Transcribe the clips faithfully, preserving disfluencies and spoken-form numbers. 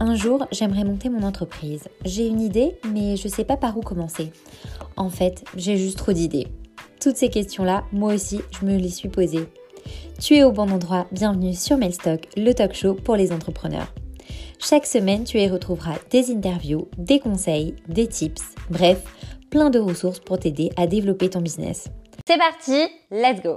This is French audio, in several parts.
Un jour, j'aimerais monter mon entreprise. J'ai une idée, mais je sais pas par où commencer. En fait, j'ai juste trop d'idées. Toutes ces questions-là, moi aussi, je me les suis posées. Tu es au bon endroit, bienvenue sur Mailstock, le talk show pour les entrepreneurs. Chaque semaine, tu y retrouveras des interviews, des conseils, des tips, bref, plein de ressources pour t'aider à développer ton business. C'est parti, let's go!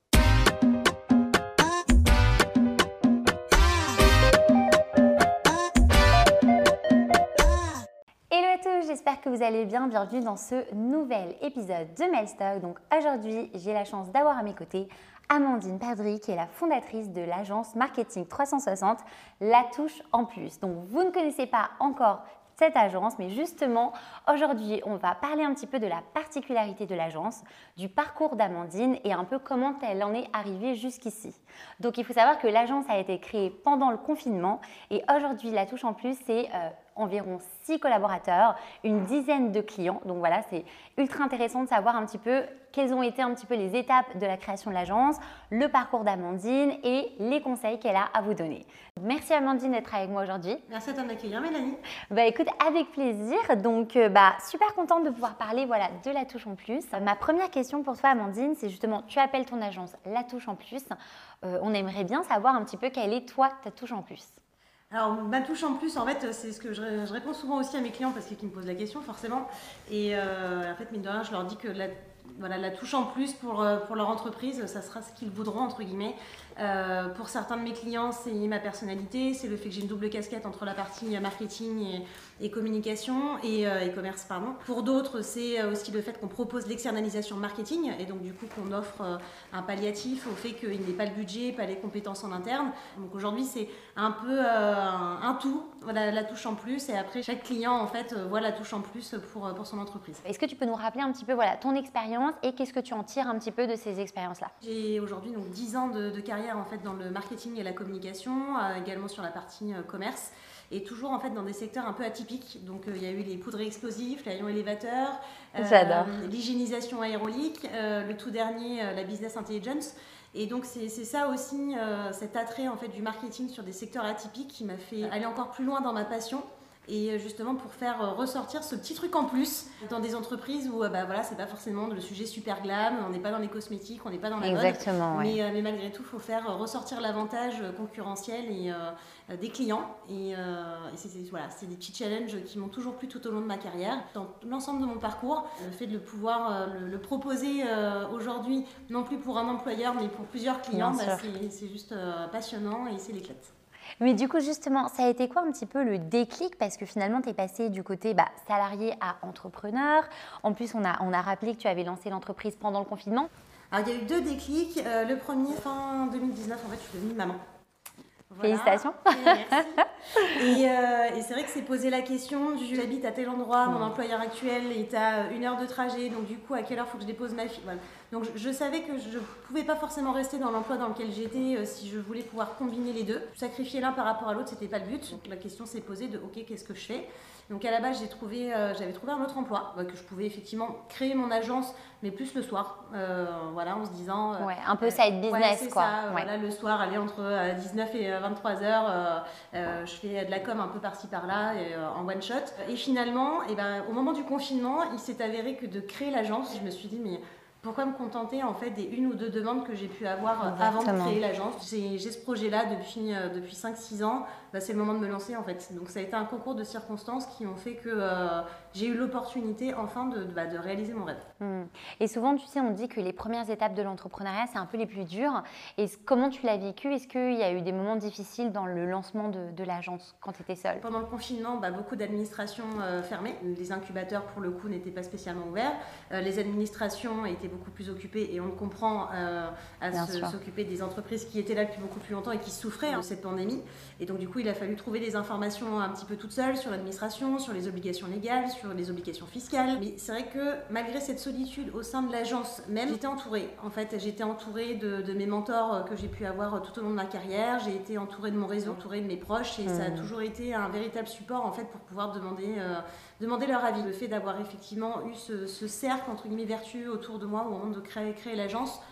Hello à tous, j'espère que vous allez bien. Bienvenue dans ce nouvel épisode de Mailstock. Donc aujourd'hui, j'ai la chance d'avoir à mes côtés Amandine Perdry, qui est la fondatrice de l'agence Marketing trois cent soixante, La Touche en Plus. Donc vous ne connaissez pas encore cette agence, mais justement aujourd'hui on va parler un petit peu de la particularité de l'agence, du parcours d'Amandine et un peu comment elle en est arrivée jusqu'ici. Donc il faut savoir que l'agence a été créée pendant le confinement et aujourd'hui La Touche en Plus c'est euh, environ six collaborateurs, une dizaine de clients. Donc voilà, c'est ultra intéressant de savoir un petit peu quelles ont été un petit peu les étapes de la création de l'agence, le parcours d'Amandine et les conseils qu'elle a à vous donner. Merci Amandine d'être avec moi aujourd'hui. Merci à toi de m'accueillir Mélanie. Bah écoute, avec plaisir. Donc euh, bah super contente de pouvoir parler voilà de La Touche en Plus. Euh, ma première question pour toi Amandine, c'est justement, tu appelles ton agence La Touche en Plus. Euh, on aimerait bien savoir un petit peu quelle est toi ta touche en plus. Alors, ma touche en plus, en fait, c'est ce que je, je réponds souvent aussi à mes clients parce qu'ils me posent la question, forcément. Et euh, en fait, mine de rien, je leur dis que la, voilà, la touche en plus pour, pour leur entreprise, ça sera ce qu'ils voudront, entre guillemets. Euh, pour certains de mes clients, c'est ma personnalité, c'est le fait que j'ai une double casquette entre la partie marketing et, et communication et euh, e-commerce, pardon. Pour d'autres, c'est aussi le fait qu'on propose l'externalisation marketing et donc du coup qu'on offre euh, un palliatif au fait qu'il n'y ait pas le budget, pas les compétences en interne. Donc aujourd'hui, c'est un peu euh, un, un tout, voilà, la touche en plus et après chaque client en fait voit la touche en plus pour, pour son entreprise. Est-ce que tu peux nous rappeler un petit peu voilà, ton expérience et qu'est-ce que tu en tires un petit peu de ces expériences-là? J'ai aujourd'hui donc dix ans de, de carrière en fait dans le marketing et la communication, euh, également sur la partie euh, commerce et toujours en fait dans des secteurs un peu atypiques. Donc il euh, y a eu les poudres explosifs, les rayons élévateurs, J'adore. Euh, l'hygiénisation aérolique, euh, le tout dernier euh, la business intelligence. Et donc c'est ça aussi, euh, cet attrait en fait du marketing sur des secteurs atypiques qui m'a fait aller encore plus loin dans ma passion. Et justement pour faire ressortir ce petit truc en plus dans des entreprises où bah voilà, c'est pas forcément le sujet super glam, on n'est pas dans les cosmétiques, on n'est pas dans la Exactement, mode, ouais. mais, mais malgré tout, il faut faire ressortir l'avantage concurrentiel et, euh, des clients. Et, euh, et c'est voilà, des petits challenges qui m'ont toujours plu tout au long de ma carrière. Dans l'ensemble de mon parcours, le fait de le pouvoir le, le proposer euh, aujourd'hui, non plus pour un employeur, mais pour plusieurs clients, bah, c'est juste euh, passionnant et c'est l'éclate. Mais du coup, justement, ça a été quoi un petit peu le déclic? Parce que finalement, tu es passé du côté bah, salarié à entrepreneur. En plus, on a, on a rappelé que tu avais lancé l'entreprise pendant le confinement. Alors, il y a eu deux déclics. Euh, le premier, fin deux mille dix-neuf, en fait, je suis devenue maman. Voilà. Félicitations. Et merci. Et, euh, et c'est vrai que c'est poser la question du j'habite à tel endroit, mon employeur actuel est à une heure de trajet, donc du coup, à quelle heure il faut que je dépose ma fille? Voilà. Donc je, je savais que je ne pouvais pas forcément rester dans l'emploi dans lequel j'étais euh, si je voulais pouvoir combiner les deux. Sacrifier l'un par rapport à l'autre, c'était pas le but. Donc la question s'est posée de ok, qu'est-ce que je fais? Donc à la base, j'ai trouvé, euh, j'avais trouvé un autre emploi, bah, que je pouvais effectivement créer mon agence, mais plus le soir. Euh, voilà, en se disant. Euh, ouais, un peu side business, ouais, quoi. Ça, ouais. Voilà, le soir, aller entre euh, dix-neuf et vingt-trois heures, euh, euh, je fais de la com un peu par-ci par-là, et, euh, en one shot. Et finalement, et ben, au moment du confinement, il s'est avéré que de créer l'agence, je me suis dit, mais pourquoi me contenter en fait des une ou deux demandes que j'ai pu avoir Exactement. Avant de créer l'agence? J'ai ce projet-là depuis, euh, depuis cinq six ans, bah, c'est le moment de me lancer en fait. Donc ça a été un concours de circonstances qui ont fait que euh, j'ai eu l'opportunité enfin de, de, bah, de réaliser mon rêve. Mmh. Et souvent, tu sais, on dit que les premières étapes de l'entrepreneuriat, c'est un peu les plus dures. Et comment tu l'as vécu? Est-ce qu'il y a eu des moments difficiles dans le lancement de, de l'agence quand tu étais seule? Pendant le confinement, bah, beaucoup d'administrations euh, fermées. Les incubateurs, pour le coup, n'étaient pas spécialement ouverts. Euh, les administrations étaient beaucoup plus occupées et on le comprend euh, à s'occuper des entreprises qui étaient là depuis beaucoup plus longtemps et qui souffraient hein, de cette pandémie. Et donc, du coup, il a fallu trouver des informations un petit peu toutes seules sur l'administration, sur les obligations légales, sur les obligations fiscales. Mais c'est vrai que malgré cette solitude au sein de l'agence même, j'étais entourée. En fait, j'étais entourée de, de mes mentors que j'ai pu avoir tout au long de ma carrière. J'ai été entourée de mon réseau, entourée de mes proches et mmh. ça a toujours été un véritable support en fait pour pouvoir demander, euh, demander leur avis. Le fait d'avoir effectivement eu ce, ce cercle entre guillemets vertueux autour de moi au moment de créer, créer l'agence,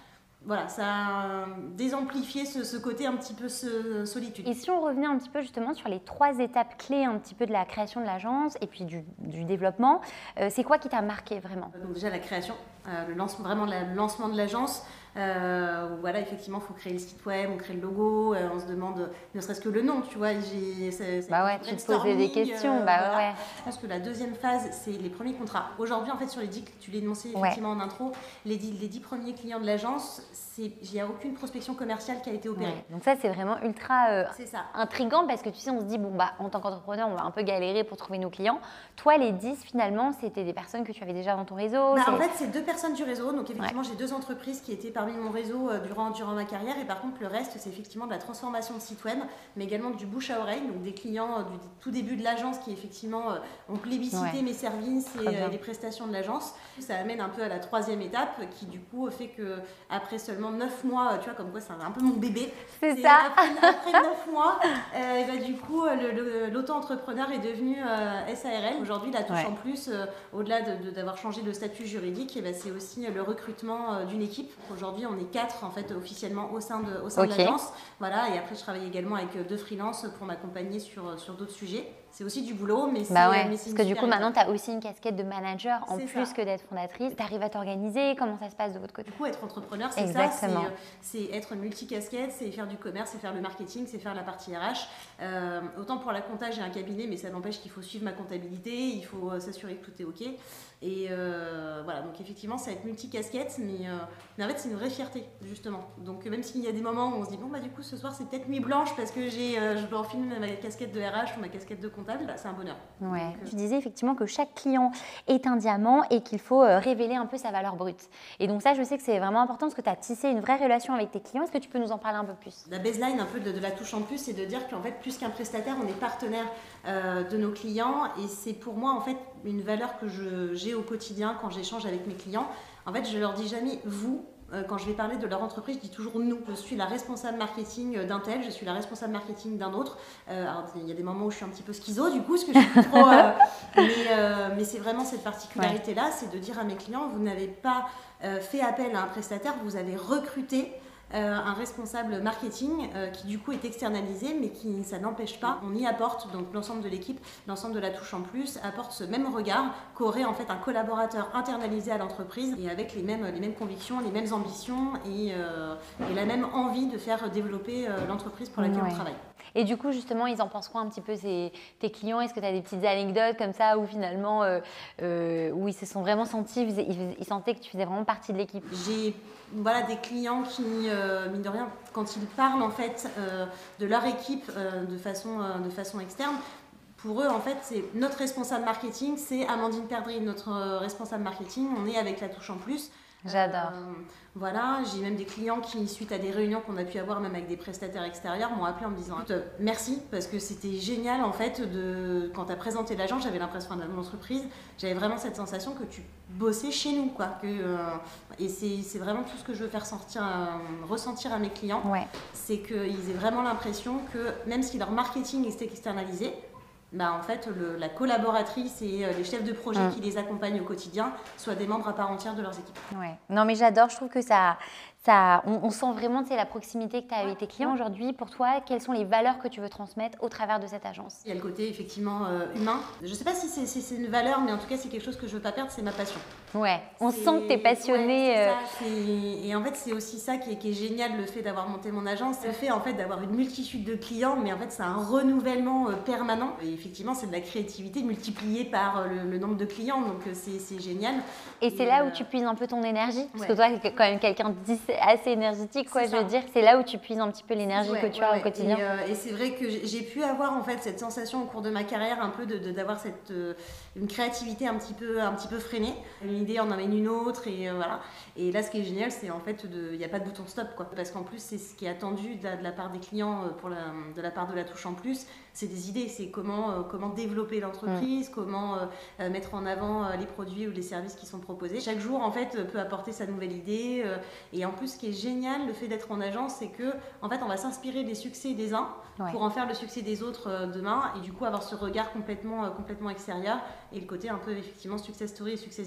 voilà, ça a désamplifié ce, ce côté un petit peu ce, solitude. Et si on revenait un petit peu justement sur les trois étapes clés un petit peu de la création de l'agence et puis du, du développement, euh, c'est quoi qui t'a marqué vraiment? Donc déjà la création, euh, le lancement, vraiment la, le lancement de l'agence. Euh, où voilà, effectivement, il faut créer le site web, on crée le logo, euh, on se demande ne serait-ce que le nom, tu vois. J'ai, c'est, c'est bah ouais, tu te posais des questions, euh, bah voilà. ouais. Je pense que la deuxième phase, c'est les premiers contrats. Aujourd'hui, en fait, sur les dix, tu l'as énoncé effectivement ouais. en intro, les dix, les dix premiers clients de l'agence, il n'y a aucune prospection commerciale qui a été opérée. Ouais. Donc ça, c'est vraiment ultra euh, c'est ça. intriguant parce que tu sais, on se dit, bon, bah, en tant qu'entrepreneur, on va un peu galérer pour trouver nos clients. Toi, les dix, finalement, c'était des personnes que tu avais déjà dans ton réseau? Bah, en fait, c'est deux personnes du réseau. Donc, effectivement, ouais. j'ai deux entreprises qui étaient parmi mon réseau euh, durant, durant ma carrière. Et par contre, le reste, c'est effectivement de la transformation de site web, mais également du bouche à oreille. Donc, des clients euh, du tout début de l'agence qui, effectivement, euh, ont plébiscité ouais. mes services et euh, les prestations de l'agence. Ça amène un peu à la troisième étape qui, du coup, fait qu'après seulement neuf mois, tu vois, comme quoi c'est un peu mon bébé. C'est ça. Après, après neuf mois, euh, et bah, du coup, le, le, l'auto-entrepreneur est devenu euh, S A R L. Aujourd'hui, la touche ouais. en plus, euh, au-delà de, de, d'avoir changé de statut juridique, et bah, c'est aussi le recrutement euh, d'une équipe. Aujourd'hui, on est quatre en fait officiellement au sein de, au sein okay. de l'agence. Voilà. Et après, je travaille également avec deux freelances pour m'accompagner sur, sur d'autres sujets. C'est aussi du boulot, mais c'est, bah ouais, mais c'est parce que du coup, étape. maintenant, tu as aussi une casquette de manager en c'est plus ça. que d'être fondatrice. Tu arrives à t'organiser. Comment ça se passe de votre côté? Du coup, être entrepreneur, c'est Exactement. ça. C'est, c'est être multicasquette, c'est faire du commerce, c'est faire le marketing, c'est faire la partie R H. Euh, autant pour la compta, j'ai un cabinet, mais ça n'empêche qu'il faut suivre ma comptabilité, il faut euh, s'assurer que tout est OK. Et euh, voilà, donc effectivement, ça va être multicasquette, mais, euh, mais en fait, c'est une vraie fierté, justement. Donc, même s'il y a des moments où on se dit, bon, bah, du coup, ce soir, c'est peut-être nuit blanche parce que j'ai, euh, je dois enfiler ma casquette de R H ou ma casquette de comptable, bah, c'est un bonheur. Ouais. Donc, euh... Tu disais effectivement que chaque client est un diamant et qu'il faut euh, révéler un peu sa valeur brute. Et donc, ça, je sais que c'est vraiment important parce que tu as tissé une vraie relation avec tes clients. Est-ce que tu peux nous en parler un peu plus? La baseline un peu de, de la touche en plus, c'est de dire qu'en fait, plus qu'un prestataire, on est partenaire euh, de nos clients. Et c'est pour moi, en fait, une valeur que je, j'ai au quotidien quand j'échange avec mes clients. En fait, je leur dis jamais « vous ». Quand je vais parler de leur entreprise, je dis toujours nous. Je suis la responsable marketing d'un tel, je suis la responsable marketing d'un autre. Euh, alors, il y a des moments où je suis un petit peu schizo, du coup, parce que je suis trop. Euh, mais, euh, mais c'est vraiment cette particularité-là, c'est de dire à mes clients, vous n'avez pas euh, fait appel à un prestataire, vous avez recruté Euh, un responsable marketing euh, qui du coup est externalisé, mais qui ça n'empêche pas, on y apporte, donc l'ensemble de l'équipe, l'ensemble de la touche en plus apporte ce même regard qu'aurait en fait un collaborateur internalisé à l'entreprise et avec les mêmes, les mêmes convictions, les mêmes ambitions et, euh, et la même envie de faire développer euh, l'entreprise pour laquelle ouais. on travaille. Et du coup, justement, ils en pensent quoi un petit peu ces, tes clients? Est-ce que tu as des petites anecdotes comme ça où finalement, euh, euh, où ils se sont vraiment sentis, ils, ils, ils sentaient que tu faisais vraiment partie de l'équipe? J'ai voilà, des clients qui, euh, mine de rien, quand ils parlent en fait euh, de leur équipe euh, de, façon, euh, de façon externe, pour eux, en fait, c'est notre responsable marketing, c'est Amandine Perdry, notre euh, responsable marketing. On est avec la touche en plus. J'adore. Euh, voilà, j'ai même des clients qui, suite à des réunions qu'on a pu avoir, même avec des prestataires extérieurs, m'ont appelé en me disant euh, merci, parce que c'était génial en fait, de, quand tu as présenté l'agence, j'avais l'impression de l'entreprise, j'avais vraiment cette sensation que tu bossais chez nous, quoi. Que, euh, et c'est, c'est vraiment tout ce que je veux faire sentir, euh, ressentir à mes clients, ouais. c'est qu'ils aient vraiment l'impression que même si leur marketing était externalisé, bah, en fait, le, la collaboratrice et euh, les chefs de projet mmh. qui les accompagnent au quotidien soient des membres à part entière de leurs équipes. Ouais. Non, mais j'adore. Je trouve que ça, ça, on, on sent vraiment la proximité que tu as avec tes clients. Aujourd'hui, pour toi, quelles sont les valeurs que tu veux transmettre au travers de cette agence? Il y a le côté effectivement euh, humain. Je ne sais pas si c'est, c'est, c'est une valeur, mais en tout cas, c'est quelque chose que je ne veux pas perdre, c'est ma passion. Ouais, on c'est... sent que tu es passionnée. Ouais, c'est euh... ça, c'est... Et en fait, c'est aussi ça qui est, qui est génial, le fait d'avoir monté mon agence. C'est le fait en fait, d'avoir une multitude de clients, mais en fait, c'est un renouvellement euh, permanent. Et effectivement, c'est de la créativité multipliée par euh, le, le nombre de clients, donc euh, c'est, c'est génial. Et, et c'est euh... là où tu puises un peu ton énergie, parce ouais. que toi, tu es quand même quelqu'un d'assez énergétique, quoi, je veux dire. C'est là où tu puises un petit peu l'énergie ouais, que tu ouais, as ouais. au quotidien. Et, euh, et c'est vrai que j'ai pu avoir en fait cette sensation au cours de ma carrière, un peu de, de, d'avoir cette, euh, une créativité un petit peu, un petit peu freinée. Une idée en amène une autre, et euh, voilà. Et là, ce qui est génial, c'est en fait, il n'y a pas de bouton stop, quoi. Parce qu'en plus, c'est ce qui est attendu de la, de la part des clients, pour la, de la part de la touche en plus. C'est des idées, c'est comment, euh, comment développer l'entreprise, mmh. comment euh, mettre en avant euh, les produits ou les services qui sont proposés. Chaque jour, en fait, peut apporter sa nouvelle idée. Euh, et en plus, ce qui est génial, le fait d'être en agence, c'est que, en fait, on va s'inspirer des succès des uns ouais. pour en faire le succès des autres euh, demain. Et du coup, avoir ce regard complètement, euh, complètement extérieur et le côté un peu, effectivement, success story et success business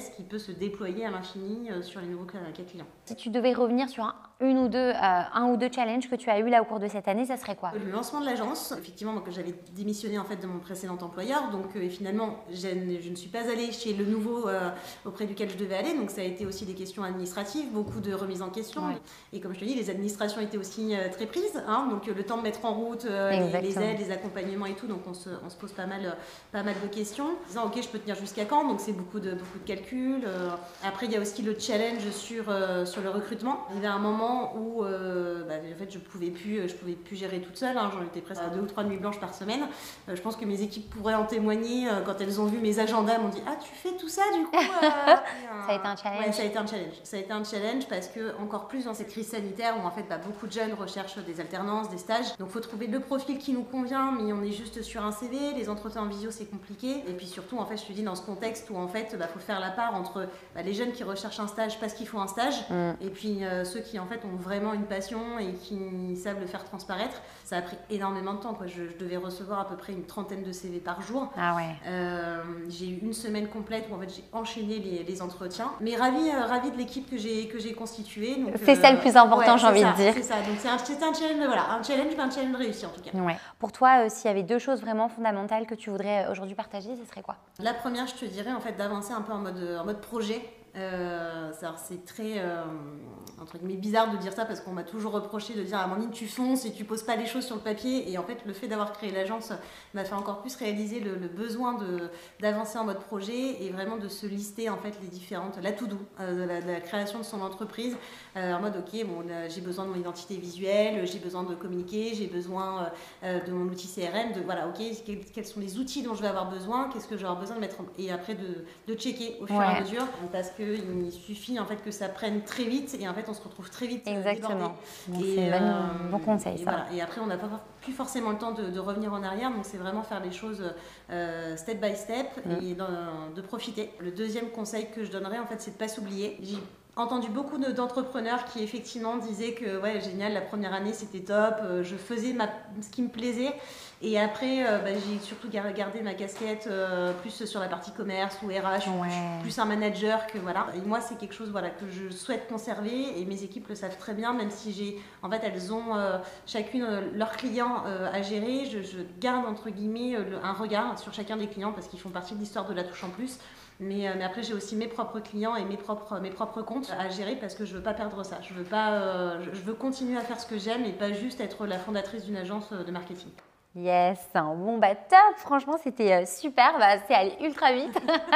business qui peut se déployer à l'infini sur les nouveaux cas clients. Si tu devais revenir sur un, une ou deux, euh, un ou deux challenges que tu as eu là au cours de cette année, ça serait quoi? Le lancement de l'agence, effectivement, donc j'avais démissionné en fait de mon précédent employeur, donc euh, finalement je ne, je ne suis pas allée chez le nouveau euh, auprès duquel je devais aller, donc ça a été aussi des questions administratives, beaucoup de remises en question, ouais. Et comme je te dis, les administrations étaient aussi euh, très prises, hein, donc euh, le temps de mettre en route euh, les, les aides, les accompagnements et tout, donc on se, on se pose pas mal, euh, pas mal de questions, en disant ok je peux tenir jusqu'à quand, donc c'est beaucoup de, beaucoup de calculs. Euh, après il y a aussi le challenge sur, euh, sur le recrutement. Il y avait un moment où euh, bah, en fait je pouvais plus, je pouvais plus gérer toute seule, hein, j'en étais presque à deux ou trois nuits blanches par semaine. Euh, je pense que mes équipes pourraient en témoigner euh, quand elles ont vu mes agendas, elles m'ont dit ah tu fais tout ça du coup euh... Ça a été un challenge. Ouais, ça a été un challenge. Ça a été un challenge parce que encore plus dans cette crise sanitaire où en fait bah, beaucoup de jeunes recherchent des alternances, des stages. Donc il faut trouver le profil qui nous convient, mais on est juste sur un C V, les entretiens en visio c'est compliqué. Et puis surtout en fait je te dis dans ce contexte où en fait bah, faut faire la part entre bah, les jeunes qui recherchent un stage parce qu'il faut un stage mm. et puis euh, ceux qui en fait ont vraiment une passion et qui savent le faire transparaître. Ça a pris énormément de temps quoi. Je, je devais recevoir à peu près une trentaine de C V par jour. Ah ouais. Euh, j'ai eu une semaine complète où en fait j'ai enchaîné les, les entretiens. Mais ravie, euh, ravie de l'équipe que j'ai que j'ai constituée. C'est euh, ça le plus important, ouais, j'ai envie ça, de dire. C'est ça. Donc c'est un, c'est un challenge, voilà, un challenge, mais un challenge réussi en tout cas. Ouais. Pour toi, euh, s'il y avait deux choses vraiment fondamentales que tu voudrais aujourd'hui partager, ce serait quoi? La première, je te dirais en fait d'avancer un peu en mode en mode projet. Euh, c'est très euh, entre guillemets bizarre de dire ça parce qu'on m'a toujours reproché de dire Amandine tu fonces et tu poses pas les choses sur le papier, et en fait le fait d'avoir créé l'agence m'a fait encore plus réaliser le, le besoin de, d'avancer en mode projet et vraiment de se lister en fait les différentes, la to do euh, de, la, de la création de son entreprise euh, en mode ok bon, j'ai besoin de mon identité visuelle, j'ai besoin de communiquer, j'ai besoin euh, de mon outil C R M, de voilà ok quels, quels sont les outils dont je vais avoir besoin, qu'est-ce que je vais avoir besoin de mettre en, et après de, de checker au fur ouais. et à mesure parce que il suffit en fait que ça prenne très vite et en fait on se retrouve très vite exactement. Donc, et c'est euh, un bon conseil et, ça. Voilà. Et après on n'a pas plus forcément le temps de, de revenir en arrière, donc c'est vraiment faire les choses euh, step by step mm. et dans, de profiter. Le deuxième conseil que je donnerais en fait c'est de pas s'oublier. J'ai entendu beaucoup de, d'entrepreneurs qui effectivement disaient que ouais génial la première année c'était top, euh, je faisais ma, ce qui me plaisait et après euh, bah, j'ai surtout gardé ma casquette euh, plus sur la partie commerce ou R H, ouais. plus un manager que voilà, et moi c'est quelque chose voilà que je souhaite conserver et mes équipes le savent très bien, même si j'ai en fait elles ont euh, chacune euh, leurs clients euh, à gérer, je, je garde entre guillemets euh, le, un regard sur chacun des clients parce qu'ils font partie de l'histoire de La Touche en Plus. Mais, euh, mais après j'ai aussi mes propres clients et mes propres, mes propres comptes à gérer parce que je veux pas perdre ça. Je veux, pas, euh, je, je veux continuer à faire ce que j'aime et pas juste être la fondatrice d'une agence de marketing. Yes, bon bah top, franchement c'était super, bah, c'est allé ultra vite.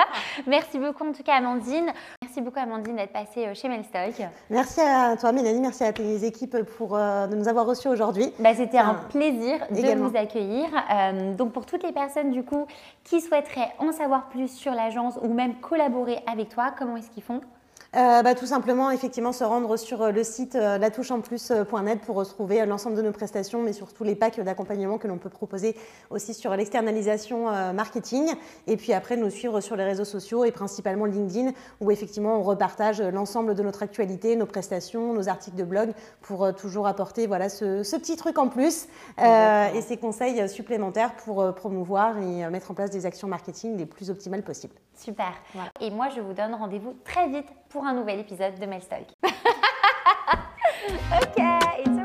Merci beaucoup en tout cas Amandine. Merci beaucoup Amandine d'être passée chez Melstock. Merci à toi Mélanie, merci à tes équipes pour euh, de nous avoir reçus aujourd'hui. Bah, c'était un plaisir également. de vous accueillir. Euh, donc pour toutes les personnes du coup qui souhaiteraient en savoir plus sur l'agence ou même collaborer avec toi, comment est-ce qu'ils font ? Euh, bah, tout simplement, effectivement, se rendre sur le site euh, la touche en plus point net pour retrouver l'ensemble de nos prestations, mais surtout les packs d'accompagnement que l'on peut proposer aussi sur l'externalisation euh, marketing. Et puis après, nous suivre sur les réseaux sociaux et principalement LinkedIn, où effectivement, on repartage l'ensemble de notre actualité, nos prestations, nos articles de blog, pour euh, toujours apporter voilà, ce, ce petit truc en plus euh, et ces conseils supplémentaires pour euh, promouvoir et euh, mettre en place des actions marketing les plus optimales possibles. Super. Voilà. Et moi, je vous donne rendez-vous très vite pour un nouvel épisode de Melstock. Ok, it's